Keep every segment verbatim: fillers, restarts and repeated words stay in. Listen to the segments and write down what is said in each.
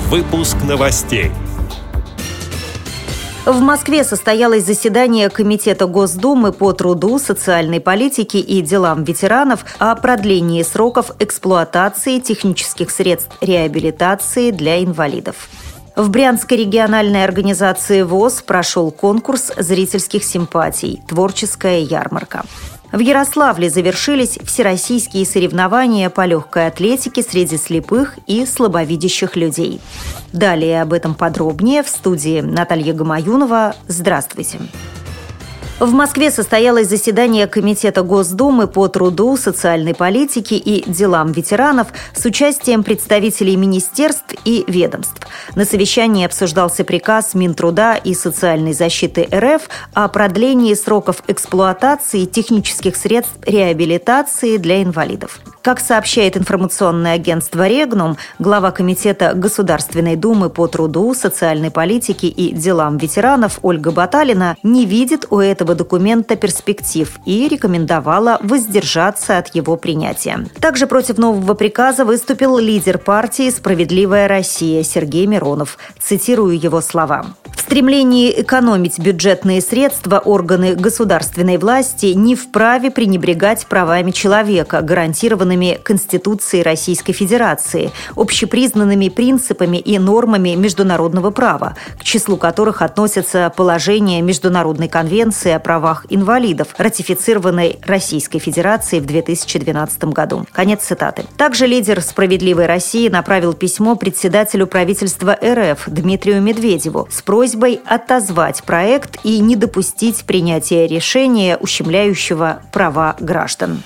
Выпуск новостей. В Москве состоялось заседание Комитета Госдумы по труду, социальной политике и делам ветеранов о продлении сроков эксплуатации технических средств реабилитации для инвалидов. В Брянской региональной организации ВОС прошел конкурс зрительских симпатий «Творческая ярмарка». В Ярославле завершились всероссийские соревнования по легкой атлетике среди слепых и слабовидящих людей. Далее об этом подробнее в студии Наталья Гамаюнова. Здравствуйте. В Москве состоялось заседание Комитета Госдумы по труду, социальной политике и делам ветеранов с участием представителей министерств и ведомств. На совещании обсуждался приказ Минтруда и социальной защиты РФ о продлении сроков эксплуатации технических средств реабилитации для инвалидов. Как сообщает информационное агентство «Регнум», глава Комитета Государственной Думы по труду, социальной политике и делам ветеранов Ольга Баталина не видит у этого документа перспектив и рекомендовала воздержаться от его принятия. Также против нового приказа выступил лидер партии «Справедливая Россия» Сергей Миронов. Цитирую его слова. В стремлении экономить бюджетные средства органы государственной власти не вправе пренебрегать правами человека, гарантированными Конституцией Российской Федерации, общепризнанными принципами и нормами международного права, к числу которых относятся положения Международной конвенции о правах инвалидов, ратифицированной Российской Федерацией в две тысячи двенадцатом году. Конец цитаты. Также лидер «Справедливой России» направил письмо председателю правительства РФ Дмитрию Медведеву с просьбой отозвать проект и не допустить принятия решения, ущемляющего права граждан.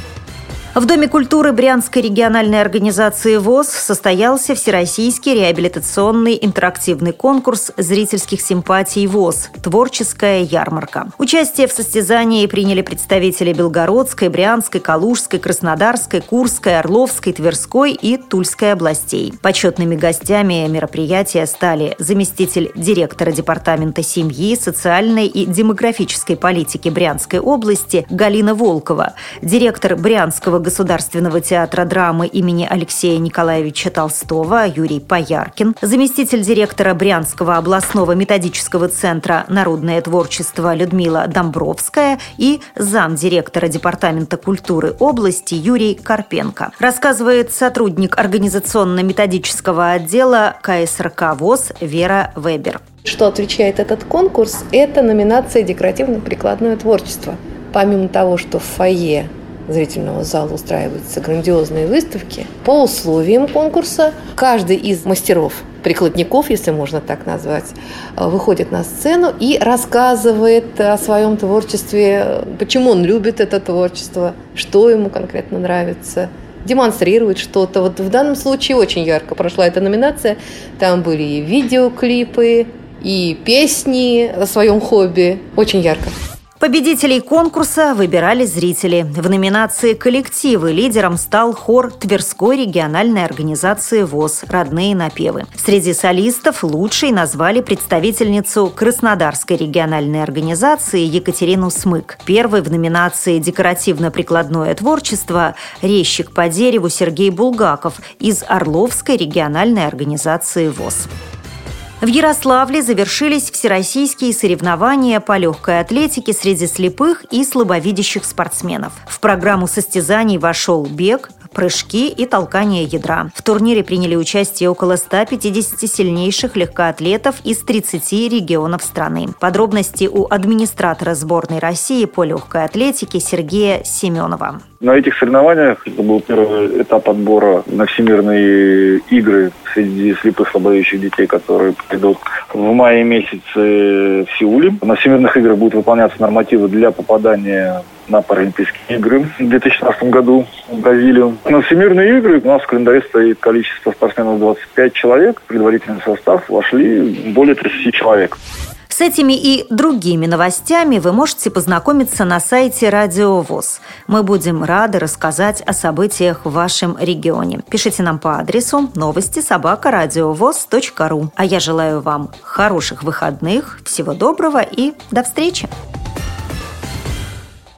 В Доме культуры Брянской региональной организации ВОС состоялся Всероссийский реабилитационный интерактивный конкурс зрительских симпатий ВОС «Творческая ярмарка». Участие в состязании приняли представители Белгородской, Брянской, Калужской, Краснодарской, Курской, Орловской, Тверской и Тульской областей. Почетными гостями мероприятия стали заместитель директора Департамента семьи, социальной и демографической политики Брянской области Галина Волкова, директор Брянского Государственного театра драмы имени Алексея Николаевича Толстого Юрий Пояркин, заместитель директора Брянского областного методического центра «Народное творчество» Людмила Домбровская и замдиректора Департамента культуры области Юрий Карпенко. Рассказывает сотрудник организационно-методического отдела ка эс эр ка ВОС Вера Вебер. Что отличает этот конкурс, это номинация «Декоративно-прикладное творчество». Помимо того, что в фойе зрительного зала устраиваются грандиозные выставки, по условиям конкурса каждый из мастеров, прикладников, если можно так назвать, выходит на сцену и рассказывает о своем творчестве, почему он любит это творчество, что ему конкретно нравится, демонстрирует что-то. Вот в данном случае очень ярко прошла эта номинация. Там были и видеоклипы, и песни о своем хобби. Очень ярко. Победителей конкурса выбирали зрители. В номинации «Коллективы» лидером стал хор Тверской региональной организации ВОС «Родные напевы». Среди солистов лучшей назвали представительницу Краснодарской региональной организации Екатерину Смык. Первой в номинации «Декоративно-прикладное творчество» резчик по дереву Сергей Булгаков из Орловской региональной организации ВОС. В Ярославле завершились всероссийские соревнования по легкой атлетике среди слепых и слабовидящих спортсменов. В программу состязаний вошел бег, прыжки и толкание ядра. В турнире приняли участие около ста пятидесяти сильнейших легкоатлетов из тридцати регионов страны. Подробности у администратора сборной России по легкой атлетике Сергея Семенова. На этих соревнованиях это был первый этап отбора на всемирные игры среди слепых слабовидящих детей, которые пройдут в мае месяце в Сеуле. На всемирных играх будут выполняться нормативы для попадания на Паралимпийские игры в две тысячи шестнадцатом году в Бразилию. На всемирные игры у нас в календаре стоит количество спортсменов двадцать пять человек. В предварительный состав вошли более тридцати человек. С этими и другими новостями вы можете познакомиться на сайте Радио ВОС. Мы будем рады рассказать о событиях в вашем регионе. Пишите нам по адресу новости собака радиовос точка ру. А я желаю вам хороших выходных, всего доброго и до встречи!